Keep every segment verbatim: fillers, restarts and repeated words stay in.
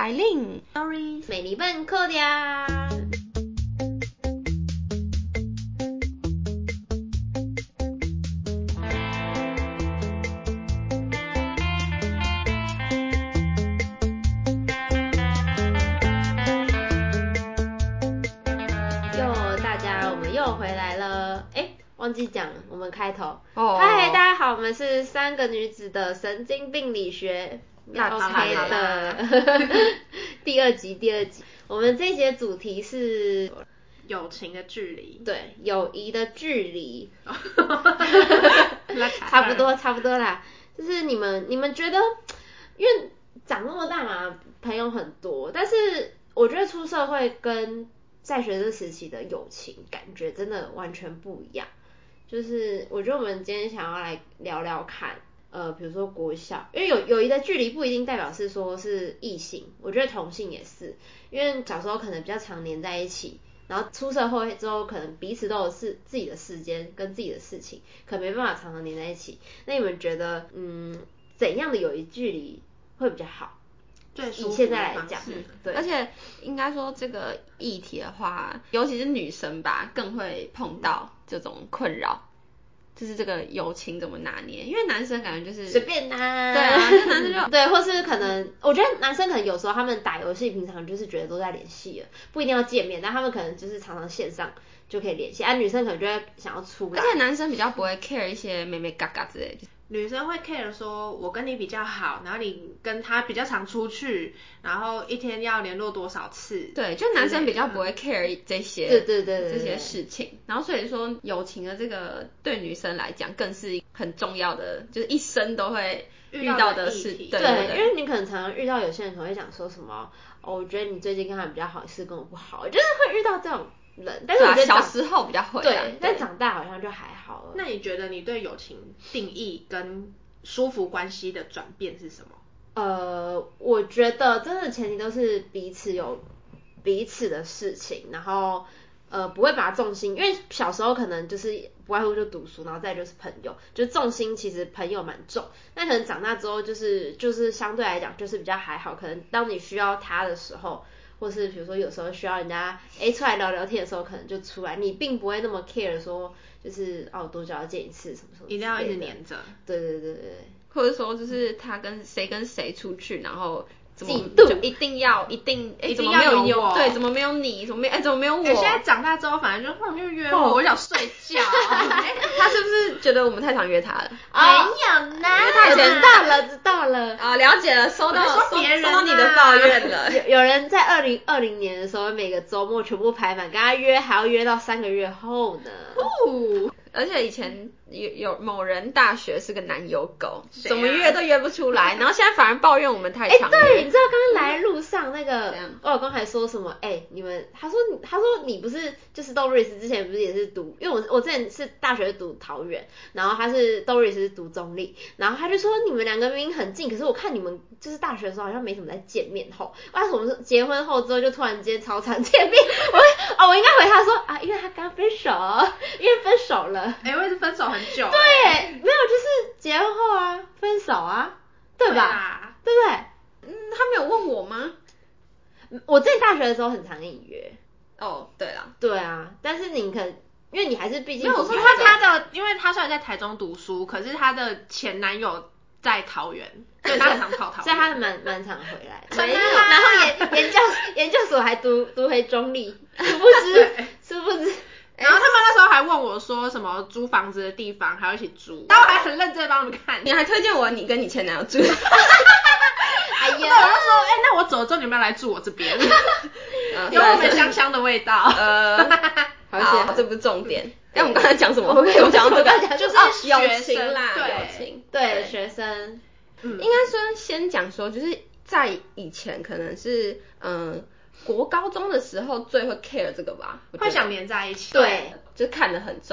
艾琳 ，Sorry， 美丽笨扣的呀。哟，大家，我们又回来了。哎，忘记讲我们开头。 哦， 嗨，大家好，我们是三个女子的神经病理学。OK 的，第二集，第二集，我们这一节主题是友情的距离， 对，友谊的距离，差不多，差不多啦。就是你们，你们觉得，因为长那么大嘛，朋友很多，但是我觉得出社会跟在学生时期的友情感觉真的完全不一样。就是我觉得我们今天想要来聊聊看。呃，比如说国小，因为有友谊的距离不一定代表是说是异性，我觉得同性也是，因为小时候可能比较常黏在一起，然后出社会之后可能彼此都有自自己的时间跟自己的事情，可能没办法常常黏在一起。那你们觉得，嗯，怎样的友谊距离会比较好？ 最舒服的以现在来讲， 对，而且应该说这个议题的话，尤其是女生吧，更会碰到这种困扰。就是这个友情怎么拿捏，因为男生感觉就是随便拿， 对啊，就男生就对，或是可能我觉得男生可能有时候他们打游戏，平常就是觉得都在联系了，不一定要见面，但他们可能就是常常线上就可以联系，啊，女生可能就会想要出来， 而且男生比较不会 care 一些妹妹嘎嘎之类的。 女生会 care 说我跟你比较好，然后你跟他比较常出去，然后一天要联络多少次。 对，就男生比较不会 care 这些， 对对对对这些事情。然后所以说友情的这个对女生来讲更是很重要的，就是一生都会遇到的事。 对对, 对, 对，因为你可能常常遇到有些人可能会讲说什么，哦，我觉得你最近跟他比较好，是跟我不好，就是会遇到这种人。但是我觉得、 啊、小时候比较会， 对，但长大好像就还好了。 那你觉得你对友情定义跟舒服关系的转变是什么？ 呃，我觉得真的前提都是彼此有彼此的事情，然后呃不会把重心，因为小时候可能就是不外乎就读书，然后再就是朋友，就重心其实朋友蛮重。那可能长大之后就是就是相对来讲就是比较还好，可能当你需要他的时候，或是比如说有时候需要人家哎出来聊聊天的时候，可能就出来，你并不会那么 care 说就是哦多久要见一次什么什么， 一定要一直黏着。 对对对对。 或者说就是他跟谁跟谁出去，然后怎么嫉妒就一定要一定哎、 一定怎么没有有我？ 对，怎么没有你？怎么没哎、怎么没有我？ 欸、现在长大之后，反正就后面约我，哦、我想睡觉。 欸、他是不是觉得我们太常约他了？ 哦、没有呢，因为他知道了，知道了啊，了解了，收到说别人、啊、 收到你的抱怨了。 有有人在二零二零年的时候，每个周末全部排满，跟他约还要约到三个月后呢。 哦，而且以前有有某人大学是个男友狗，啊、怎么约都约不出来，然后现在反而抱怨我们太常约。 哎、欸，对，你知道刚刚来路上那个我老公还说什么？哎、欸，你们他说他说你不是就是 Doris 之前不是也是读，因为我我之前是大学读桃园，然后他是 Doris 是读中立，然后他就说你们两个明明很近，可是我看你们就是大学的时候好像没什么在见面后，为什么结婚后之后就突然间超常见面？我哦我应该回他说啊，因为他刚分手，因为分手了。 哎、欸，我也是分手很久、欸。 对，没有，就是结婚后啊，分手啊，对吧？对, 对不对？ 嗯，他没有问我吗？ 我在大学的时候很常跟你约。 哦，对啦。 对啊，但是你可能因为你还是毕竟没有，因为他的，因为他虽然在台中读书，可是他的前男友在桃园，所以他很常跑桃园， 所以他蛮蛮常回来的。 没有， 然后研研究研究所还读读回中立，殊不知殊不知。 然后他们那时候还问我说什么租房子的地方还要一起租，然后我还很认真帮他们看。 你还推荐我你跟你前男友住。 哎呀， 我就说哎、欸，那我走了之后你们要来住我这边，有我们香香的味道。 呃，好，好，这不是重点。哎、欸，我们刚才讲什么？我们讲到这个， 就是友情啦，友情， 对学生， 嗯，应该说先讲说，就是在以前可能是嗯。呃国高中的时候最会 care 这个吧， 会想黏在一起， 对，就看得很重。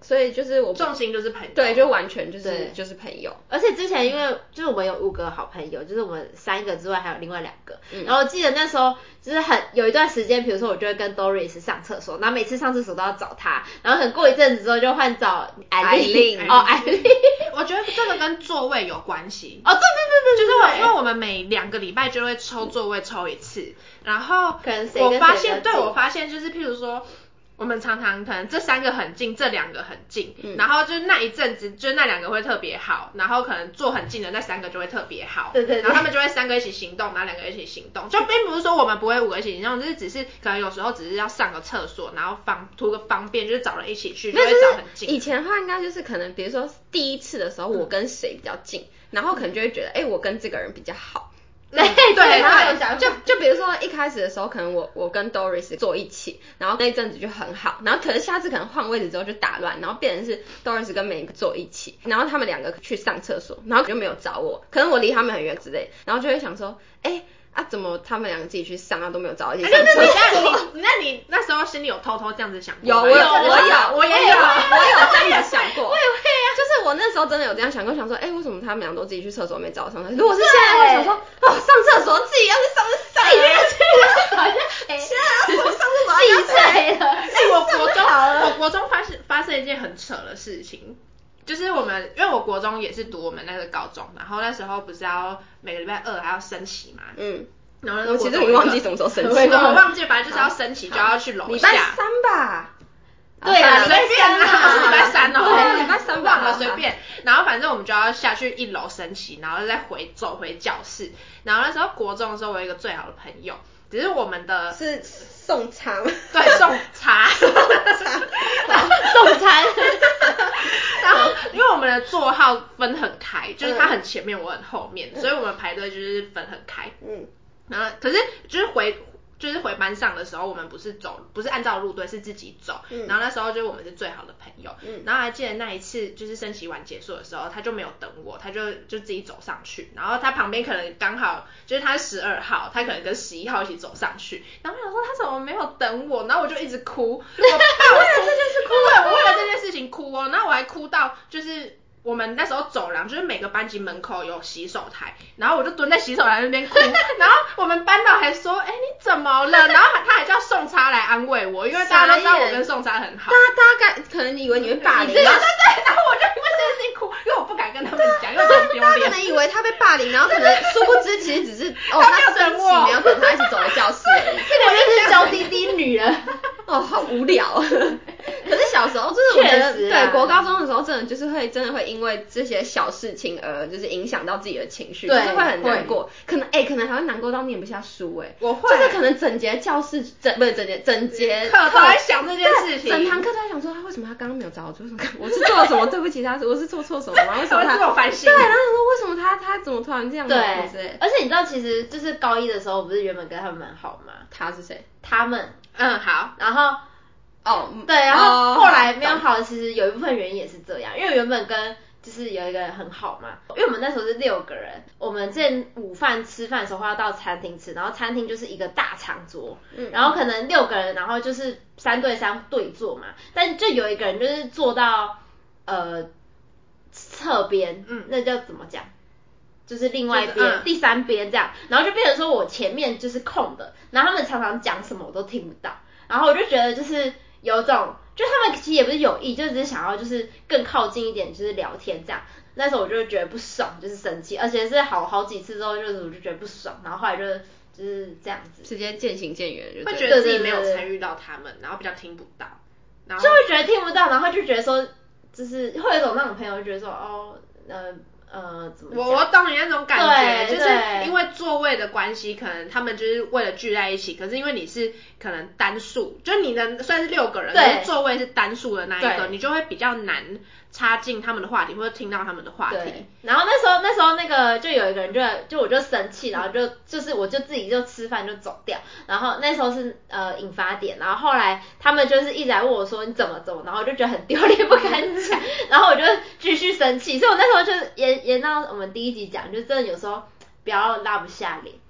所以就是我重心就是朋友， 对，就完全就是对就是朋友。 而且之前因为就是我们有五个好朋友，就是我们三个之外还有另外两个， 嗯、 然后我记得那时候就是很有一段时间，比如说我就会跟 Doris 上厕所，然后每次上厕所都要找他，然后很过一阵子之后就换找艾琳，哦艾琳， 我觉得这个跟座位有关系。 哦对对对对， 就是我因为我们每两个礼拜就会抽座位抽一次，然后可能谁跟谁我发现， 比较近对我发现就是譬如说。我们常常可能这三个很近，这两个很近， 嗯、 然后就是那一阵子，就是那两个会特别好，然后可能坐很近的那三个就会特别好， 对对对， 然后他们就会三个一起行动，然后两个一起行动，就并不是说我们不会五个一起行动，就是只是可能有时候只是要上个厕所，然后方图个方便，就是找人一起去，就会找很近。 以前的话应该就是可能比如说第一次的时候，我跟谁比较近，嗯、然后可能就会觉得，哎、欸，我跟这个人比较好。 对对， 然后就就比如说一开始的时候，可能我我跟 Doris 坐一起，然后那一阵子就很好，然后可是下次可能换位置之后就打乱，然后变成是 Doris 跟每一个坐一起，然后他们两个去上厕所，然后就没有找我，可能我离他们很远之类，然后就会想说，哎。啊，怎么他们两个自己去上啊都没有找我一起上厕所？ 你那你那时候心里有偷偷这样子想过有，我有，我有， 我也有， 我有这样子想过。 我也会啊， 就是我那时候真的有这样想过，想说，哎、欸，为什么他们俩都自己去厕所没找我上厕所？如果是现在，会想说，哦，上厕所自己要去上就上，自己去，好像，哎，现在我上厕所闭嘴了。 哎，我国中，我国中发生发生一件很扯的事情。就是我们，因为我国中也是读我们那个高中，然后那时候不是要每个礼拜二还要升旗嘛， 嗯， 然后我其实已经忘记什么时候升旗了，我忘记，反正就是要升旗就要去楼下， 礼拜三吧， 对啊， 随便啊，不是礼拜三哦， 对，礼拜三忘了随便，然后反正我们就要下去一楼升旗，然后再回走回教室，然后那时候国中的时候，我有一个最好的朋友。只是我们的是送茶， 对，送茶，送茶，送餐。 然后因为我们的座号分很开，就是他很前面，我很后面，嗯、所以我们排队就是分很开。嗯，然后可是就是回。就是回班上的时候，我们不是走，不是按照路队，是自己走。嗯、然后那时候就是我们是最好的朋友。嗯、然后还记得那一次，就是升旗完结束的时候，他就没有等我，他就就自己走上去。然后他旁边可能刚好就是他是十二号，他可能跟十一号一起走上去。然后我想说他怎么没有等我？然后我就一直哭，我爆哭，为了这件事哭，对，我为了这件事情哭哦。然后我还哭到就是。我们那时候走廊就是每个班级门口有洗手台，然后我就蹲在洗手台那边哭，然后我们班导还说，哎、欸、你怎么了？然后他还叫宋差来安慰我，因为大家都知道我跟宋差很好。 大家大概可能以为你会霸凌， 对对对，然后我就因为这件事情哭，因为我不敢跟他们讲，因为很丢脸。 他可能以为他被霸凌，然后可能殊不知其实只是哦他生气没有等他一起走回教室而已。 这个就是娇滴滴女人， 哦好无聊。可是小时候就是我觉得对国高中的时候真的就是会真的会因为这些小事情而就是影响到自己的情绪，就是会很难过，可能哎、欸、可能还会难过到念不下书哎、欸， 我会就是可能整节教室整不是整节整节课都在想这件事情， 整堂课都在想说他为什么他刚刚没有找我做什么，我是做了什么对不起他，我是做错什么吗？为什么他这种反省？ 对，然后说为什么他他怎么突然这样子？ 对，而且你知道其实就是高一的时候不是原本跟他们蛮好吗？ 他是谁？ 他们嗯好， 然后。 哦， 对，然后后来没有好，其实有一部分原因也是这样，因为原本跟就是有一个人很好嘛，因为我们那时候是六个人，我们之前午饭吃饭的时候会要到餐厅吃，然后餐厅就是一个大长桌，嗯，然后可能六个人，然后就是三对三对坐嘛，但就有一个人就是坐到呃侧边，嗯，那叫怎么讲？就是另外一边、就是嗯、第三边这样，然后就变成说我前面就是空的，然后他们常常讲什么我都听不到，然后我就觉得就是有种，就他们其实也不是有意，就只是想要就是更靠近一点，就是聊天这样。那时候我就觉得不爽，就是生气，而且是好好几次之后，就是我就觉得不爽，然后后来就就是这样子， 直接渐行渐远， 会觉得自己没有参与到他们，然后比较听不到，然后就会觉得听不到，然后就觉得说，就是会有一种那种朋友就觉得说，哦，呃。呃，怎么讲？ 我我懂你那种感觉，就是因为座位的关系，可能他们就是为了聚在一起，可是因为你是可能单数，就你的算是六个人，可是座位是单数的那一个，你就会比较难插进他们的话题，或者听到他们的话题。 然后那时候那时候那个就有一个人就就我就生气，然后就就是我就自己就吃饭就走掉，然后那时候是呃引发点，然后后来他们就是一直来问我说你怎么怎么，然后我就觉得很丢脸不敢讲，然后我就继续生气，所以我那时候就是也。延到我们第一集讲，就真的有时候不要拉不下脸，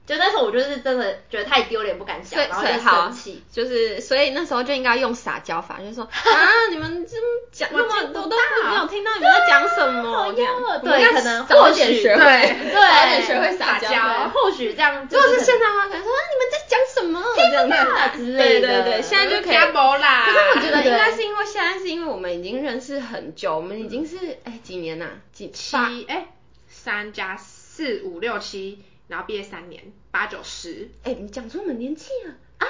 就那时候我就是真的觉得太丢脸不敢讲，然后就生气， 就是所以那时候就应该用撒娇法，就是说啊你们这么讲那么我都没有听到你们在讲什么这样， 对，可能早点学会， 对， 早点学会撒娇， 或许这样， 如果是现在的话，可能说你们在讲什么这样子之类的， 对对对，现在就可以啦。 可是我觉得应该是因为现在是因为我们已经认识很久，我们已经是哎几年呐，几七哎三加四五六七。然后毕业三年，八九十， 哎，你讲出我们年纪了啊！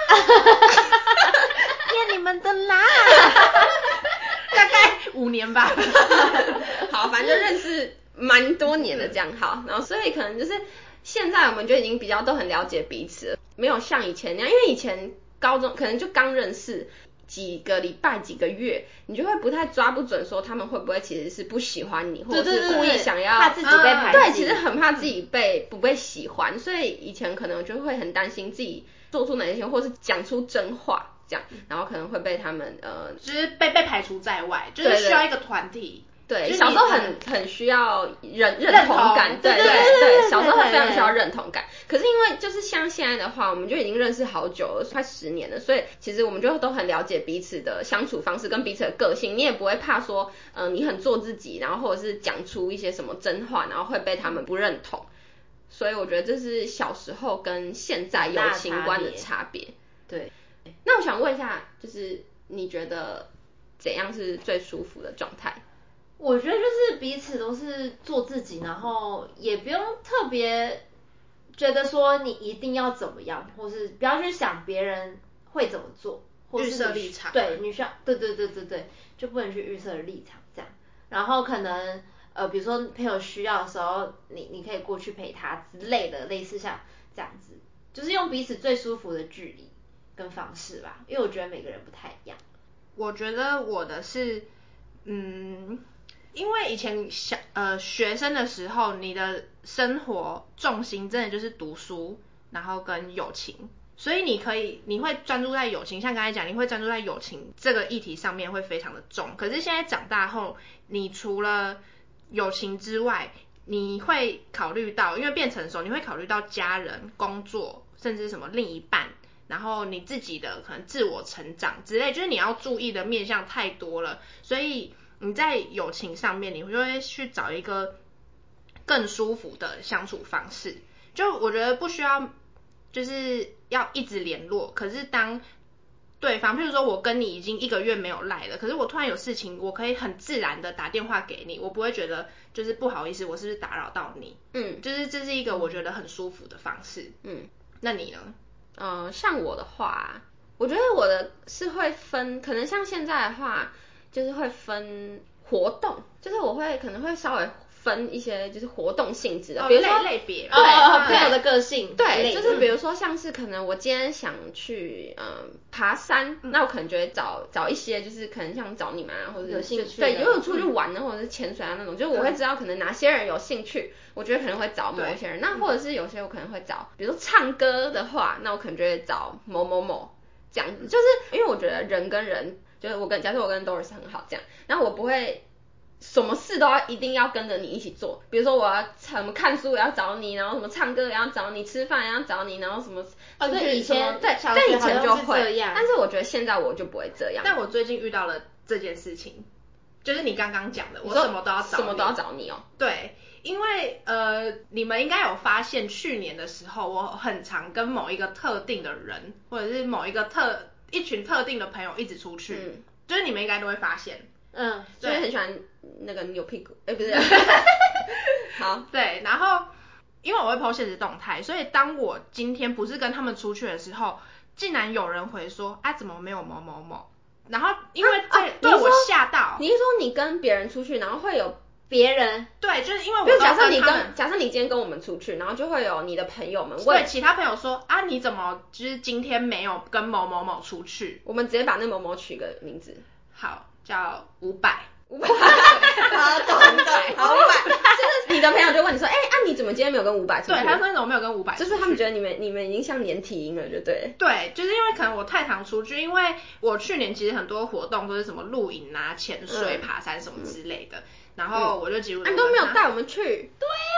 念你们的啦， 大概五年吧。 好，反正就认识蛮多年的这样好，然后所以可能就是现在我们就已经比较都很了解彼此了，没有像以前那样，因为以前高中可能就刚认识。几个礼拜、几个月，你就会不太抓不准，说他们会不会其实是不喜欢你，或者是故意想要怕自己被排挤。 对，其实很怕自己被不被喜欢，所以以前可能就会很担心自己做出哪些，或是讲出真话这样，然后可能会被他们呃， 就是被被排除在外，就是需要一个团体。 对，小时候很很需要认认同感，对对对，小时候会非常需要认同感。可是因为就是像现在的话，我们就已经认识好久了，快十年了，所以其实我们就都很了解彼此的相处方式跟彼此的个性，你也不会怕说，嗯、呃，你很做自己，然后或者是讲出一些什么真话，然后会被他们不认同。所以我觉得这是小时候跟现在友情观的差别。 对， 那我想问一下，就是你觉得怎样是最舒服的状态？ 我觉得就是彼此都是做自己，然后也不用特别觉得说你一定要怎么样，或是不要去想别人会怎么做，或是预设立场。 对，你需要，对对对对对，就不能去预设立场这样。然后可能呃，比如说朋友需要的时候，你你可以过去陪他之类的，类似像这样子，就是用彼此最舒服的距离跟方式吧，因为我觉得每个人不太一样。 我觉得我的是，嗯。因为以前小呃学生的时候，你的生活重心真的就是读书，然后跟友情，所以你可以你会专注在友情，像刚才讲，你会专注在友情这个议题上面会非常的重。可是现在长大后，你除了友情之外，你会考虑到，因为变成熟，你会考虑到家人、工作，甚至什么另一半，然后你自己的可能自我成长之类，就是你要注意的面向太多了，所以。你在友情上面，你就会去找一个更舒服的相处方式。就我觉得不需要，就是要一直联络。可是当对方，譬如说我跟你已经一个月没有赖了，可是我突然有事情，我可以很自然的打电话给你，我不会觉得就是不好意思，我是不是打扰到你？嗯，就是这是一个我觉得很舒服的方式。嗯，那你呢？ 嗯、呃，像我的话，我觉得我的是会分，可能像现在的话。就是会分活动，就是我会可能会稍微分一些就是活动性质的， 哦、 比如说类别， 对，哦、朋友的个性， 对，就是比如说像是可能我今天想去嗯爬山，嗯、那我可能就会找找一些就是可能像找你们啊，或者有兴趣对，有出去玩的、嗯、或者是潜水啊那种，就是我会知道可能哪些人有兴趣，我觉得可能会找某一些人，那或者是有些我可能会找，比如说唱歌的话，那我可能就会找某某某这样子，就是因为我觉得人跟人。就是我跟假设我跟 Doris 很好这样，然后我不会什么事都要一定要跟着你一起做，比如说我要什么看书也要找你，然后什么唱歌也要找你，吃饭也要找你，然后什么哦对以前对对以前就会，但是我觉得现在我就不会这样。 但我最近遇到了这件事情，就是你刚刚讲的，我什么都要找你， 什么都要找你哦。 对，因为呃你们应该有发现，去年的时候我很常跟某一个特定的人，或者是某一个特。一群特定的朋友一直出去，嗯、就是你们应该都会发现， 嗯，所以很喜欢那个扭屁股，哎、欸、不是，好， 对，然后因为我会 po 限时动态，所以当我今天不是跟他们出去的时候，竟然有人回说，啊怎么没有某某某，然后因为这、啊啊、对我吓到， 你是说你跟别人出去，然后会有。 别人对，就是因为我就假设你跟假设你今天跟我们出去，然后就会有你的朋友们问， 对其他朋友说啊你怎么就是今天没有跟某某某出去？ 我们直接把那某某取个名字， 好，叫五百。 五百，好懂的，好五百，就是你的朋友就问你说，哎、欸，啊你怎么今天没有跟五百出去？ 对，他说你怎么没有跟五百？ 就是他们觉得你们你们已经像连体婴了，就对。 对，就是因为可能我太常出去，因为我去年其实很多活动都是什么露营啊、潜水、嗯、爬山什么之类的。然后我就几乎、 嗯啊、你都没有带我们去。 对呀、啊，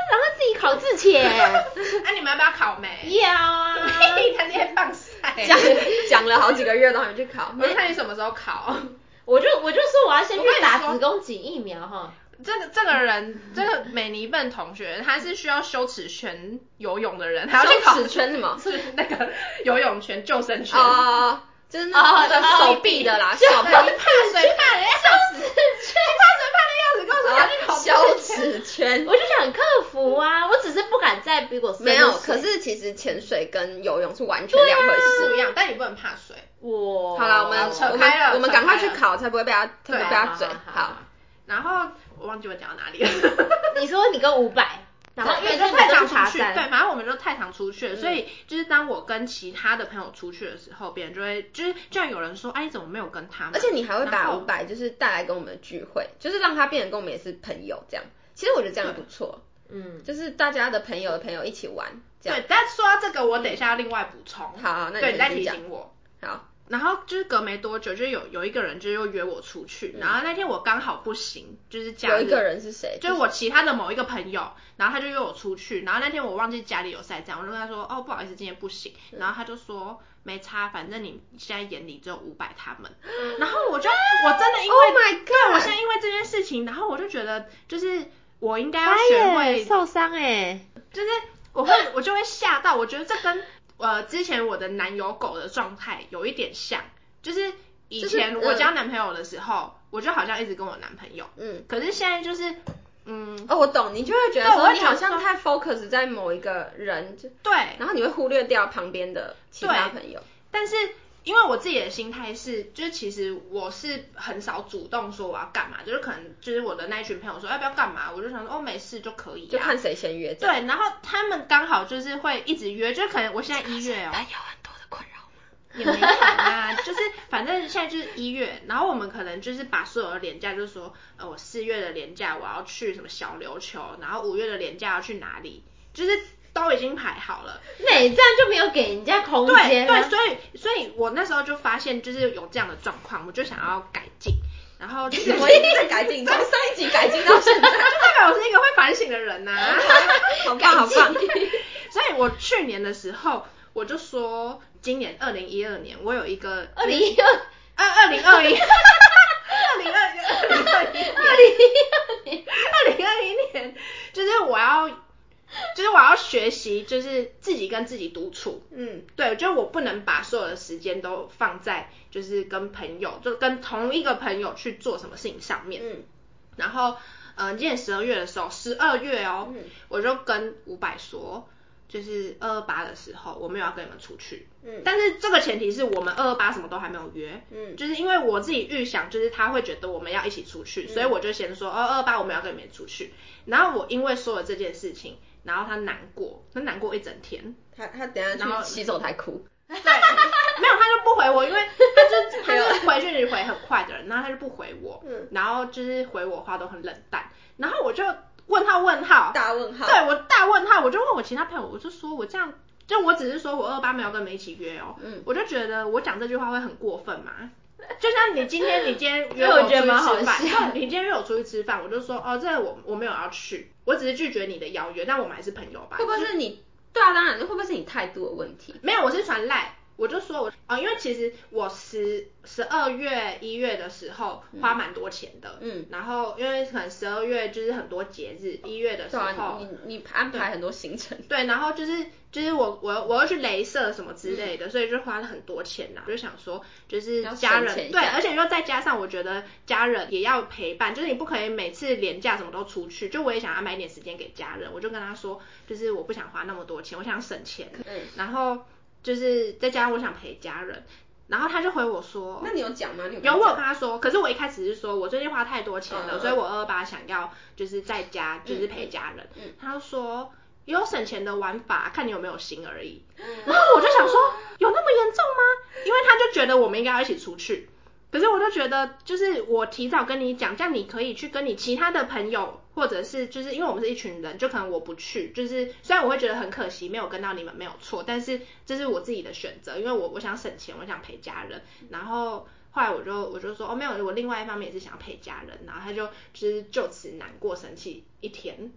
然后自己考自前。 那、啊、你们要不要考没？ 要啊， 他直接放赛。 讲讲了好几个月都还没去考。 我看你什么时候考。 我就我就说我要先去打子宫颈疫苗哈。 这个这个人，这个美尼笨同学，他是需要羞耻圈游泳的人，还要去考羞耻圈什么？ 是那个游泳圈、救生圈。 哦，就是那哦个手臂的啦，手臂。 你怕水怕的要死，你怕水怕的要死，跟我说要去考羞耻圈。 我就想克服啊，我只是不敢再比我深。 没有，可是其实潜水跟游泳是完全两回事， 不一样，但你不能怕水。 哇， 好了，我们扯开了， 我们赶快去考，才不会被他才不会被他嘴。好。 然后我忘记我讲到哪里了。 你说你跟伍佰，然后因为就太常出去，对，反正我们就太常出去了，嗯、所以就是当我跟其他的朋友出去的时候，别人就会就是居然有人说，哎，你怎么没有跟他们？ 而且你还会把伍佰就是带来跟我们的聚会，就是让他变成跟我们也是朋友这样。其实我觉得这样不错，嗯，就是大家的朋友的朋友一起玩这样。 对，但说到这个，我等一下要另外补充。 好，好，那你你再提醒我。 好。 然后就是隔没多久，就有有一个人就又约我出去，嗯、然后那天我刚好不行，就是假日。 有一个人是谁？ 就是我其他的某一个朋友，然后他就约我出去，然后那天我忘记家里有赛这样，我就跟他说，哦，不好意思，今天不行。嗯、然后他就说没差，反正你现在眼里只有伍佰他们。然后我就我真的因为 ，Oh my God， 我现在因为这件事情，然后我就觉得就是我应该要学会受伤哎， 就是我会我就会吓到，我觉得这跟呃之前我的男友狗的状态有一点像。就是以前我交男朋友的时候，嗯、我就好像一直跟我男朋友，嗯，可是现在就是，嗯， 哦，我懂，你就会觉得说你好像太 focus 在某一个人， 对， 然后你会忽略掉旁边的其他朋友。 但是因为我自己的心态是，就是其实我是很少主动说我要干嘛，就是可能就是我的那一群朋友说要不要干嘛，我就想说哦没事就可以、啊， 就看谁先约。 对，然后他们刚好就是会一直约，就可能我现在一月哦。也没有啊，就是反正现在就是一月，然后我们可能就是把所有的连假，就是说，呃，我四月的连假我要去什么小琉球，然后五月的连假要去哪里，就是都已经排好了。 那你这样就没有给人家空间了。对对，所以所以我那时候就发现就是有这样的状况，我就想要改进，然后就是我一直在改进，从上一集改进到现在，就代表我是一个会反省的人呐、啊。 好棒好棒。 所以我去年的时候。我就说，今年二零一二年，我有一个二零一二二二零二一，二零二一二零二一二零一二年二零二一年，就是我要，就是我要学习，就是自己跟自己独处。嗯，对，就我不能把所有的时间都放在就是跟朋友，就跟同一个朋友去做什么事情上面。嗯，然后，嗯、呃，今年十二月的时候，十二月哦，嗯、我就跟伍佰说。就是二二八的时候，我没有要跟你们出去，嗯，但是这个前提是我们二二八什么都还没有约，嗯，就是因为我自己预想，就是他会觉得我们要一起出去，嗯、所以我就先说，哦，二二八我们要跟你们出去，然后我因为说了这件事情，然后他难过，他难过一整天， 他他等一下去洗手台哭， 对，没有他就不回我，因为他就他就回讯息回很快的人，然后他就不回我，嗯，然后就是回我话都很冷淡，然后我就。问号问号大问号， 对我大问号，我就问我其他朋友，我就说我这样，就我只是说我二八没有跟你们一起约哦，嗯，我就觉得我讲这句话会很过分嘛，就像你今天你今天约我出去吃饭，你今天约我出去吃饭，我就说哦，这个我我没有要去，我只是拒绝你的邀约，但我们还是朋友吧？ 会不会是你？对啊，当然，会不会是你态度的问题？ 没有，我是传赖。我就说我，哦，因为其实我十十二月一月的时候花蛮多钱的，嗯，然后因为可能十二月就是很多节日，一月的时候， 啊、你你安排很多行程， 对，然后就是就是我我我要去雷射什么之类的，嗯、所以就花了很多钱呐、啊，我就想说就是家人对，而且又再加上我觉得家人也要陪伴，就是你不可以每次连假什么都出去，就我也想要买一点时间给家人，我就跟他说，就是我不想花那么多钱，我想省钱，嗯，然后。就是再加上我想陪家人，然后他就回我说， 那你有讲吗？你有有我有跟他说，可是我一开始是说我最近花太多钱了，嗯、所以我二二八想要就是在家就是陪家人。嗯嗯、他说有省钱的玩法，看你有没有心而已。嗯、然后我就想说，有那么严重吗？因为他就觉得我们应该要一起出去，可是我就觉得就是我提早跟你讲，这样你可以去跟你其他的朋友。或者是就是因为我们是一群人，就可能我不去，就是虽然我会觉得很可惜没有跟到你们没有错，但是这是我自己的选择，因为我我想省钱，我想陪家人，然后后来我就我就说哦没有，我另外一方面也是想陪家人，然后他就就是就此难过生气一天，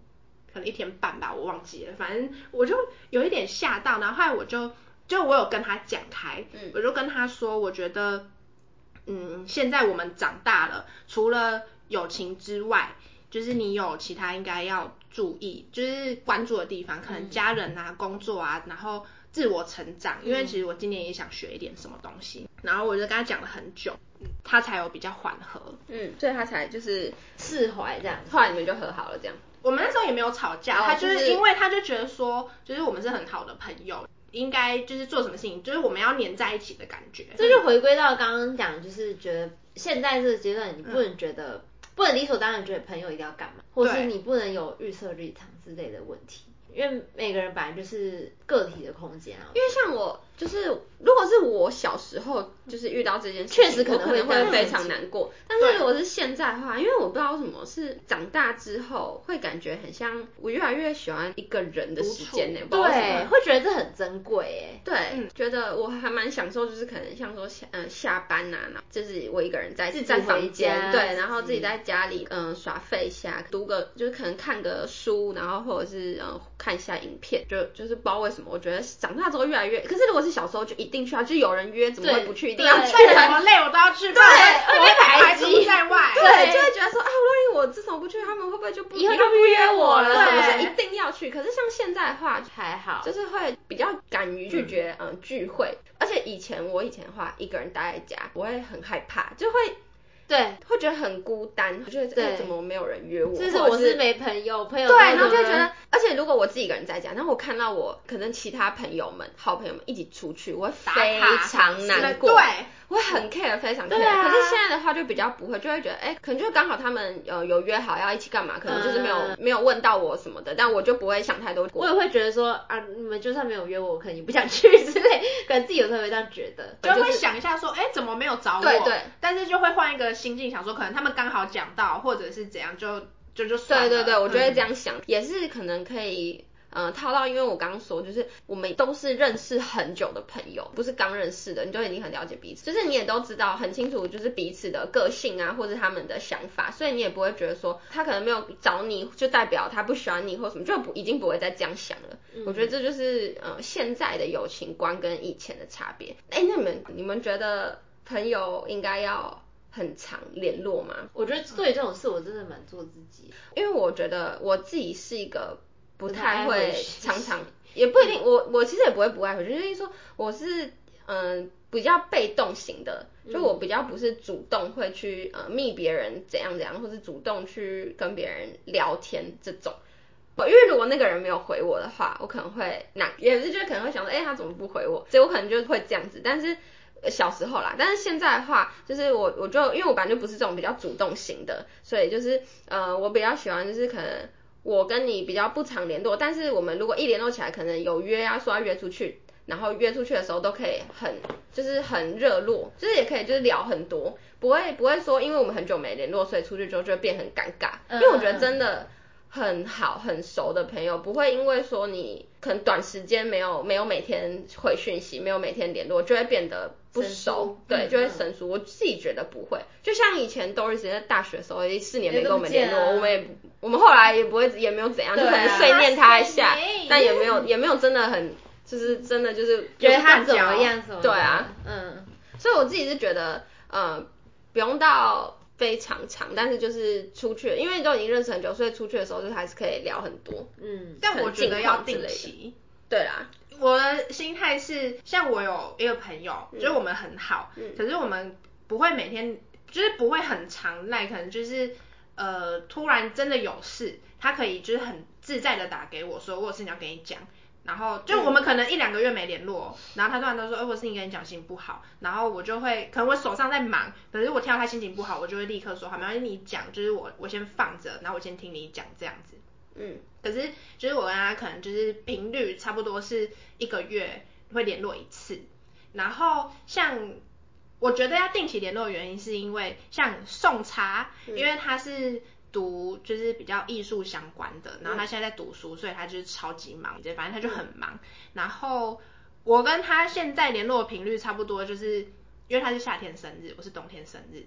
可能一天半吧，我忘记了，反正我就有一点吓到，然后后来我就就我有跟他讲开，嗯，我就跟他说，我觉得，嗯，现在我们长大了，除了友情之外，就是你有其他应该要注意，就是关注的地方，可能家人啊、工作啊，然后自我成长，因为其实我今年也想学一点什么东西，然后我就跟他讲了很久，他才有比较缓和， 嗯，所以他才就是释怀这样， 后来你们就和好了这样。 我们那时候也没有吵架，哦、他就是因为他就觉得说，就是我们是很好的朋友，应该就是做什么事情，就是我们要黏在一起的感觉。 这就回归到刚刚讲，就是觉得现在这个阶段，你不能觉得、嗯、不能理所当然觉得朋友一定要干嘛，或是你不能有预设立场之类的问题。因为每个人本来就是个体的空间啊。 因为像我，就是如果是我小时候，就是遇到这件事情， 确实可能会会非常难过。但是如果是现在的话，因为我不知道为什么是长大之后会感觉很像，我越来越喜欢一个人的时间呢。 对，会觉得这很珍贵哎。 对、嗯，觉得我还蛮享受，就是可能像说下嗯、呃、下班啊，就是我一个人在在房间，对，然后自己在家里嗯、呃、耍废一下，读个就是可能看个书，然后或者是呃。看一下影片，就就是不知道为什么，我觉得长大之后越来越，可是如果是小时候就一定去啊，就有人约怎么会不去，一定要去， 再怎么累我都要去， 对， 我会排除在外， 对，就会觉得说啊，如果我这种不去，他们会不会就不以后就不约我了？ 对，一定要去。可是像现在的话还好， 就是会比较敢于拒绝嗯、呃、聚会，而且以前我以前的话，一个人待在家，我会很害怕，就会。 对， 会觉得很孤单，觉得哎、欸、怎么没有人约我， 就是我是没朋友，朋友对，然后就会觉得，而且如果我自己一个人在家，然后我看到我可能其他朋友们、好朋友们一起出去，我会非常难过， 对， 我会很 care， 非常 care、 啊。 可是现在的话就比较不会，就会觉得哎、欸，可能就刚好他们呃有约好要一起干嘛，可能就是没有、嗯、没有问到我什么的，但我就不会想太多。 我也会觉得说啊，你们就算没有约我，我可能也不想去之类，可能自己有时候会这样觉得， 就会想一下说，哎、欸，怎么没有找我？ 对对， 但是就会换一个心境想说，可能他们刚好讲到，或者是怎样，就就就算了。 对对对，我就会这样想，嗯、也是可能可以。呃，套到，因为我刚刚说，就是我们都是认识很久的朋友，不是刚认识的，你就已经很了解彼此，就是你也都知道很清楚，就是彼此的个性啊，或者他们的想法，所以你也不会觉得说他可能没有找你，就代表他不喜欢你或什么，就不已经不会再这样想了。嗯、我觉得这就是呃现在的友情观跟以前的差别。哎，那你们你们觉得朋友应该要很常联络吗？ 我觉得对这种事我真的蛮做自己， 因为我觉得我自己是一个。不太会常常，也不一定，我我其实也不会不爱回去，就是说我是嗯、呃、比较被动型的，就我比较不是主动会去呃密别人怎样怎样，或是主动去跟别人聊天这种。因为如果那个人没有回我的话，我可能会难，也是就可能会想说，哎、欸，他怎么不回我？所以我可能就会这样子。但是小时候啦，但是现在的话，就是我我就因为我本来就不是这种比较主动型的，所以就是呃我比较喜欢就是可能。我跟你比较不常联络，但是我们如果一联络起来，可能有约啊，说要约出去，然后约出去的时候都可以很就是很热络，就是也可以就是聊很多，不会不会说因为我们很久没联络，所以出去之后就会变很尴尬，因为我觉得真的很好很熟的朋友，不会因为说你可能短时间没有没有每天回讯息，没有每天联络，就会变得不熟，对，就会生疏。我自己觉得不会，就像以前 Doris 在大学的时候，四年没跟我们联络，我们也我们后来也不会也没有怎样，就可能碎念他一下，但也没有也没有真的很就是真的就是觉得他怎么样什么， 对啊，嗯，所以我自己是觉得呃不用到非常长，但是就是出去，因为都已经认识很久，所以出去的时候就还是可以聊很多， 嗯，但我觉得要定期， 对啦。 我的心态是，像我有一个朋友，嗯、就是我们很好、嗯，可是我们不会每天，就是不会很常赖，可能就是呃突然真的有事，他可以就是很自在的打给我说，我有事情要跟你讲。然后就我们可能一两个月没联络，然后他突然都说，哎、欸，我事情跟你讲，心情不好，然后我就会，可能我手上在忙，可是我听到他心情不好，我就会立刻说，好，没关系，你讲，就是我我先放着，然后我先听你讲这样子。嗯，可是就是我跟他可能就是频率差不多是一个月会联络一次，然后像我觉得要定期联络的原因是因为像宋茶，因为他是读就是比较艺术相关的，然后他现在在读书，所以他就是超级忙，反正他就很忙。然后我跟他现在联络的频率差不多，就是因为他是夏天生日，我是冬天生日。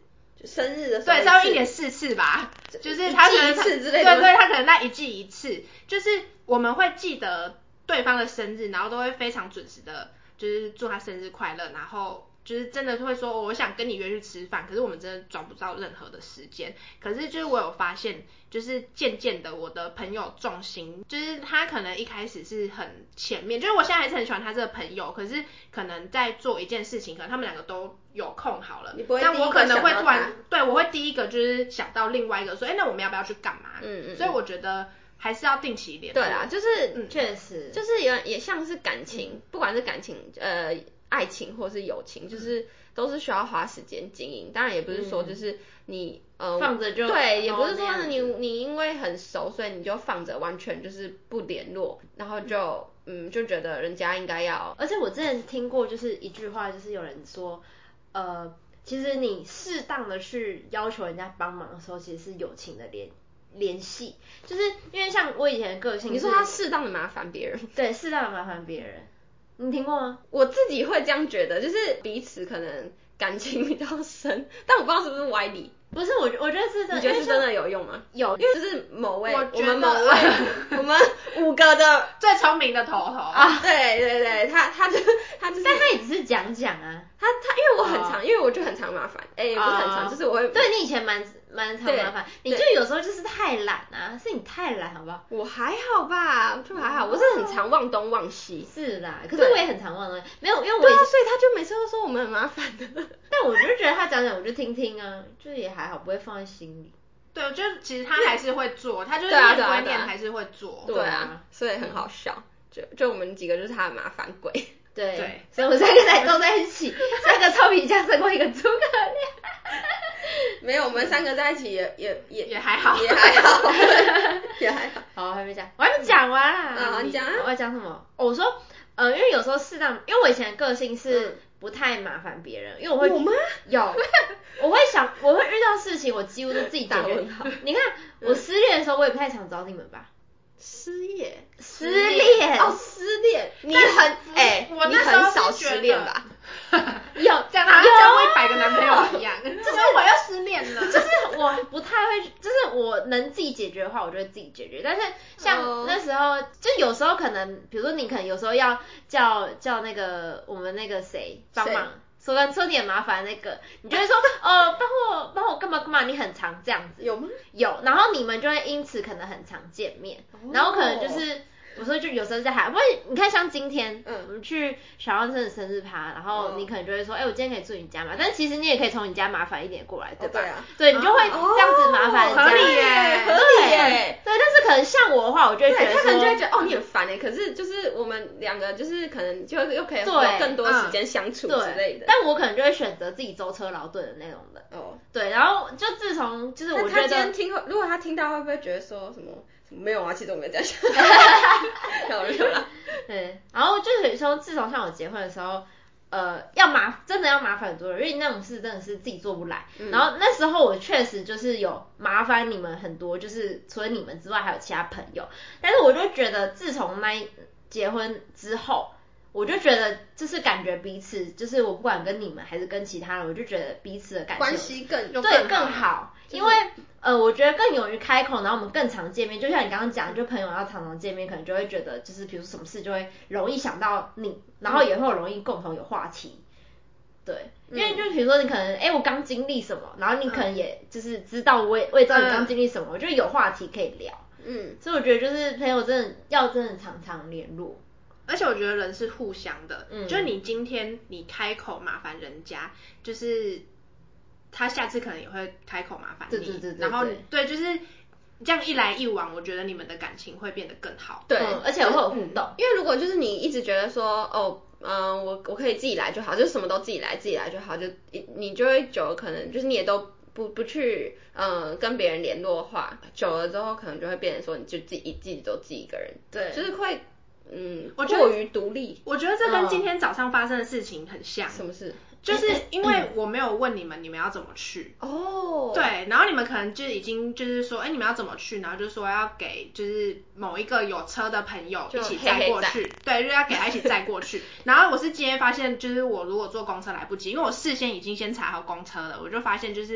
生日的时候对，稍微一年四次吧，就是他可能一季一次之类的， 对对，他可能在一季一次，就是我们会记得对方的生日，然后都会非常准时的，就是祝他生日快乐，然后就是真的会说、哦、我想跟你约去吃饭，可是我们真的找不到任何的时间。可是就是我有发现，就是渐渐的我的朋友重心，就是他可能一开始是很前面，就是我现在还是很喜欢他这个朋友，可是可能在做一件事情，可能他们两个都有空好了， 你不会但我可能会突然第一个想到他， 对，我会第一个就是想到另外一个说，哎，那我们要不要去干嘛？ 嗯嗯， 所以我觉得还是要定期联络。 对啦，就是确实， 就是也也像是感情，不管是感情呃爱情或是友情，就是都是需要花时间经营。当然也不是说就是你呃放着就对，也不是哦那样子说你你因为很熟，所以你就放着，完全就是不联络，然后就嗯就觉得人家应该要。 而且我之前听过就是一句话，就是有人说，呃，其实你适当的去要求人家帮忙的时候，其实是友情的联联系，就是因为像我以前的个性是， 你说他适当的麻烦别人， 对，适当的麻烦别人，你听过吗？ 我自己会这样觉得，就是彼此可能感情比较深，但我不知道是不是歪理。 不是，我我觉得是真的， 你觉得是真的有用吗？ 有， 因为就是某位，我我觉得们某位，我们五个的最聪明的头头啊，对对对，他他就他就是， 但他也只是讲讲啊， 他他因为我很常， 哦因为我就很常麻烦，哎、欸，不是很常， 哦就是我会， 对你以前蛮蛮常麻烦，你就有时候就是太懒啊，是你太懒好不好？ 我还好吧，就还好，我是很常忘东忘西。 是啦，可是我也很常忘东，没有，因为我对啊， 也所以他就每次都说我们很麻烦的。 但我就觉得他讲讲我就听听啊，就是也还好，不会放在心里。 对，我觉得其实他还是会做，他就是对啊念对啊对啊归念还是会做。 对啊，所以很好笑，就就我们几个就是他的麻烦鬼。 对， 对所以我们三个才凑在一起，三个臭皮匠胜过一个诸葛亮。 没有，我们三个在一起也也也也还好也还好，也还好。 好，还没讲，我还没讲完啦。 啊，你讲啊。 我要讲什么？哦我说，呃，因为有时候适当，因为我以前的个性是嗯不太麻烦别人，因为我会有吗？ 有，我会想，我会遇到事情，我几乎都自己解决打问号。 你看，我失恋的时候，我也不太常找你们吧。 失业， 失恋哦，失恋，你很哎，你我那时候很少是觉得失恋吧？ 有讲的好像交过一百个男朋友一样，就是我要失恋了。 就是我不太会，就是我能自己解决的话，我就会自己解决。但是像那时候，就有时候可能，比如说你可能有时候要叫叫那个我们那个谁帮忙，说跟说你很麻烦那个，你就会说哦，帮我帮我干嘛干嘛，你很常这样子。 有吗？ 有，然后你们就会因此可能很常见面，然后可能就是。有时候就有时候在海，不然你看像今天，嗯，我们去小旺生的生日趴，然后你可能就会说，哎、欸，我今天可以住你家吗？但其实你也可以从你家麻烦一点过来，对吧？ 哦、对啊， 对，你就会这样子麻烦人家， 合理耶， 合理耶。对，但是可能像我的话，我就会觉得他可能就会觉得哦你很烦哎，可是就是我们两个就是可能就又可以有更多时间相处之类的。 但我可能就会选择自己舟车劳顿的那种的。哦，对，然后就自从就是我觉得， 他今天听，如果他听到会不会觉得说什么？没有啊，其实我没有这样想。有了有了。 对，然后就是说，自从像我结婚的时候，呃，要麻真的要麻烦很多人，因为那种事真的是自己做不来。嗯、然后那时候我确实就是有麻烦你们很多，就是除了你们之外还有其他朋友。但是我就觉得，自从那一结婚之后，我就觉得就是感觉彼此，就是我不管跟你们还是跟其他人，我就觉得彼此的感情关系更对更好，就是、因为。呃，我觉得更勇于开口，然后我们更常见面。就像你刚刚讲，就朋友要常常见面，可能就会觉得，就是比如什么事就会容易想到你，然后也会容易共同有话题。对，因为就比如说你可能，哎，我刚经历什么，然后你可能也就是知道，我也我也知道你刚经历什么，我觉得有话题可以聊。嗯，所以我觉得就是朋友真的要真的常常联络。 而且我觉得人是互相的，嗯，就是你今天你开口麻烦人家，就是他下次可能也会开口麻烦你， 对对对对， 然后对，就是这样一来一往，我觉得你们的感情会变得更好。 对， 嗯、而且会有互动。 因为如果就是你一直觉得说，哦，嗯、呃，我我可以自己来就好，就什么都自己来，自己来就好，就你就会久了，可能就是你也都不不去，嗯、呃，跟别人联络的话，久了之后可能就会变成说，你就自己自己都自己一个人，对，就是会。嗯， 我觉得过于独立， 我觉得这跟今天早上发生的事情很像。 什么事？ 就是因为我没有问你们，你们要怎么去哦。 对，然后你们可能就已经就是说，哎，你们要怎么去？然后就说要给就是某一个有车的朋友一起载过去，对，就是要给他一起载过去。然后我是今天发现，就是我如果坐公车来不及，因为我事先已经先查好公车了，我就发现就是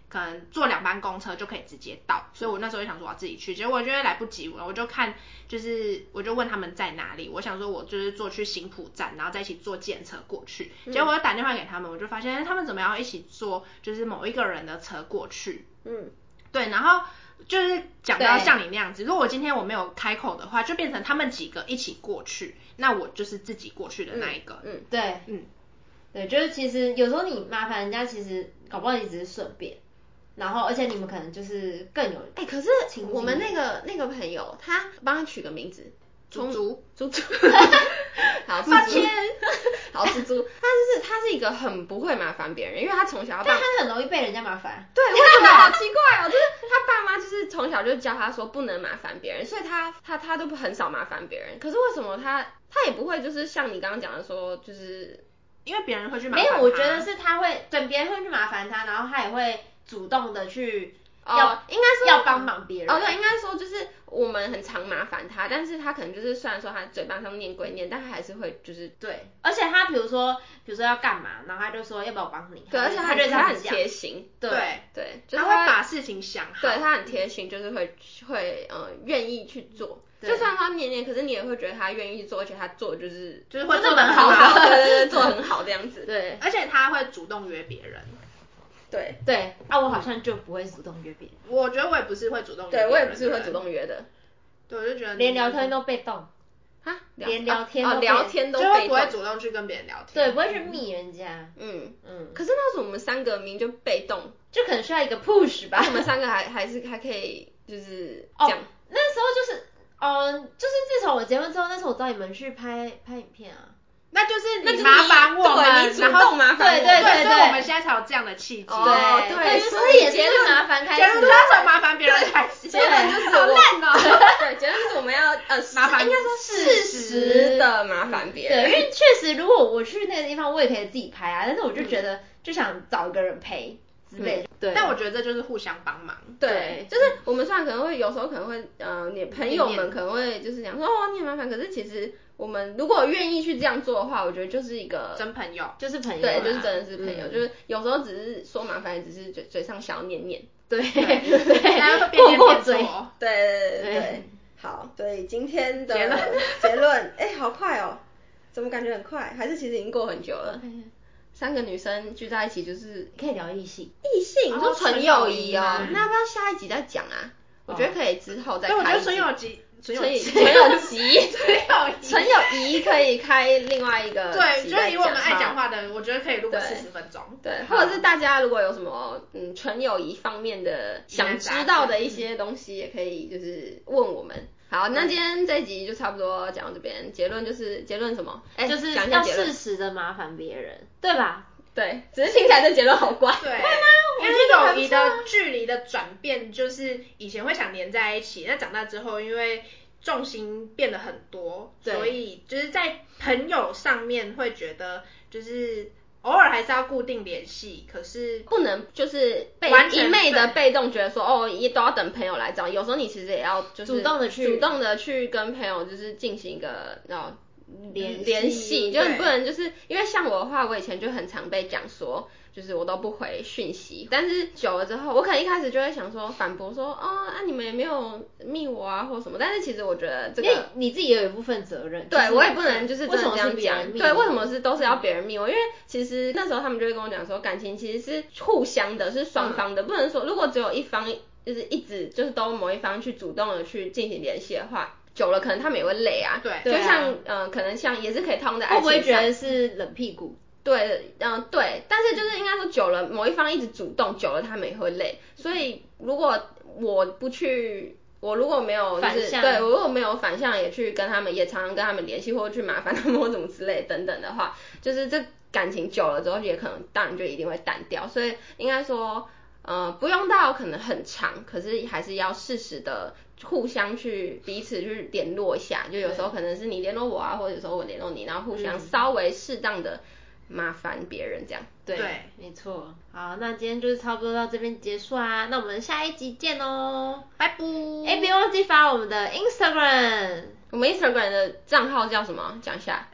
可能坐两班公车就可以直接到，所以我那时候就想说我要自己去，结果我觉得来不及了，我就看就是我就问他们在哪里，我想说我就是坐去新埔站，然后再一起坐计程车过去，结果我就打电话给他们，我就发现他们怎么样一起坐就是某一个人的车过去，嗯，对，然后就是讲到像你那样子，如果我今天我没有开口的话，就变成他们几个一起过去，那我就是自己过去的那一个， 嗯，嗯对，嗯。对，就是其实有时候你麻烦人家，其实搞不好你只是顺便，然后而且你们可能就是更有哎、欸，可是我们那个那个朋友，他帮他取个名字， 猪猪猪猪，好，抱歉，好猪猪，他就是他是一个很不会麻烦别人，因为他从小要但他很容易被人家麻烦， 对，我觉得好奇怪哦，就是他爸妈就是从小就教他说不能麻烦别人，所以他他他都很少麻烦别人，可是为什么他他也不会就是像你刚刚讲的说就是。 因为别人会去麻烦他， 没有，我觉得是他会，对，别人会去麻烦他，然后他也会主动的去要， 哦、应该说要帮忙别人。 哦，对，应该说就是我们很常麻烦他，但是他可能就是虽然说他嘴巴上念归念，但他还是会就是对，而且他比如说比如说要干嘛，然后他就说要不要我帮你， 对，而且他就他很贴心， 对对对， 就是他会把事情想好， 对他很贴心，就是会会呃愿意去做。就算他念念，可是你也会觉得他愿意做，而且他做就是就是会做得很好， 好对对对，做得很好这样子。 对， 而且他会主动约别人。 对对，啊，我好像就不会主动约别人。 我觉得我也不是会主动约别人， 对我也不是会主动约的。 对，我就觉得连聊天都被动。 啊， 连聊天都、 哦、聊天都被动，就会不会主动去跟别人聊天。 对，不会去密人家。 嗯嗯。可是那时候我们三个明就被动， 就可能需要一个 push 吧。 我们三个还还是还可以就是这样。 哦，那时候就是。嗯，就是自从我结婚之后，那时候我找你们去拍拍影片啊， 那就是你麻烦我们， 你主动麻烦我们， 对对对， 所以我们现在才有这样的契机。 对对，所以也是麻烦开始， 结论就是从麻烦别人开始， 结论就是好烂哦。 对，结论就是我们要呃麻烦， 应该说适时的麻烦别人。 对，因为确实如果我去那个地方，我也可以自己拍啊，但是我就觉得就想找一个人陪。之类的，对， 但我觉得这就是互相帮忙， 对，就是我们虽然可能会有时候可能会，呃，你朋友们可能会就是讲说哦你很麻烦，可是其实我们如果愿意去这样做的话，我觉得就是一个真朋友， 就是朋友， 对，就是真的是朋友，嗯、就是有时候只是说麻烦，也只是嘴嘴上想要念念， 对， 对，大家会过过嘴， 对对对对，好，所以今天的结论，结论，哎，好快哦，怎么感觉很快？还是其实已经过很久了。三个女生聚在一起就是可以聊异性， 异性，你说纯友谊哦，那要不要下一集再讲啊？我觉得可以之后再开一集。 对，我觉得纯友谊，纯友谊， 纯友谊， 纯友谊可以开另外一个。 对，就是以我们爱讲话的，我觉得可以录个四十分钟。 对，或者是大家如果有什么嗯纯友谊方面的想知道的一些东西，也可以就是问我们。好，那今天这一集就差不多讲到这边，结论就是结论什么？哎， 就是讲一下结论， 要适时的麻烦别人，对吧？ 对，只是听起来这结论好怪。 对，因为友谊的距离的转变，就是以前会想黏在一起，那长大之后，因为重心变得很多，所以就是在朋友上面会觉得就是偶尔还是要固定联系，可是不能就是被一昧的被动觉得说哦，一都要等朋友来找，有时候你其实也要就是主动的去主动的去跟朋友就是进行一个然后联联系，就是不能就是因为像我的话，我以前就很常被讲说。就是我都不回讯息，但是久了之后，我可能一开始就会想说反驳说，哦啊你们也没有密我啊或什么，但是其实我觉得这个你自己也有一部分责任， 对、就是、我也不能就是真的这样讲， 对，为什么是都是要别人密我？因为其实那时候他们就会跟我讲说，感情其实是互相的，是双方的，嗯、不能说如果只有一方就是一直就是都某一方去主动的去进行联系的话。久了可能他们也会累啊， 对， 就像、啊、呃可能像也是可以套用在爱情上， 会不会觉得是冷屁股？ 对，嗯、呃，对，但是就是应该说久了，某一方一直主动，久了他们也会累。所以如果我不去，我如果没有就是对我如果没有反向也去跟他们，也常常跟他们联系，或者去麻烦他们或怎么之类等等的话，就是这感情久了之后，也可能当然就一定会淡掉。所以应该说，呃，不用到可能很长，可是还是要适时的。互相去彼此去联络一下，就有时候可能是你联络我啊，或者有时候我联络你，然后互相稍微适当的麻烦别人这样。 对，对没错。好，那今天就是差不多到这边结束啊，那我们下一集见哦， 拜拜。 哎，别忘记发我们的 Instagram， 我们 Instagram 的账号叫什么？讲一下。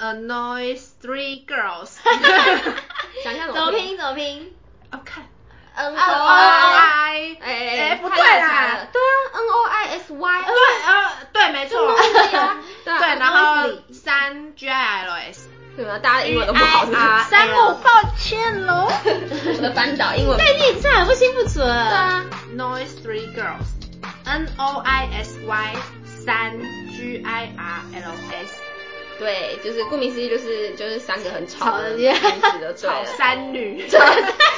呃、uh,，Annoys Three Girls 。 讲一下怎么拼？怎么拼？ 哦，看。 N O I， 哎哎不对啦， 对啊 ，N O I S Y， 对呃对没错，对，然后三 G I L S。 对吗？大家英文都不好， 山姆，抱歉喽。 我的班导英文概念差，不清不准。对啊 ，Noise Three Girls，N O I S Y 三 G I R L S。 对，就是顾名思义，就是就是三个很吵的名字的， 吵三女。 吵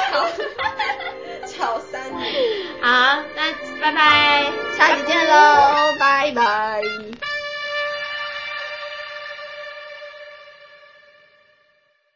吵三女。 好，那拜拜， 下期见喽，拜拜。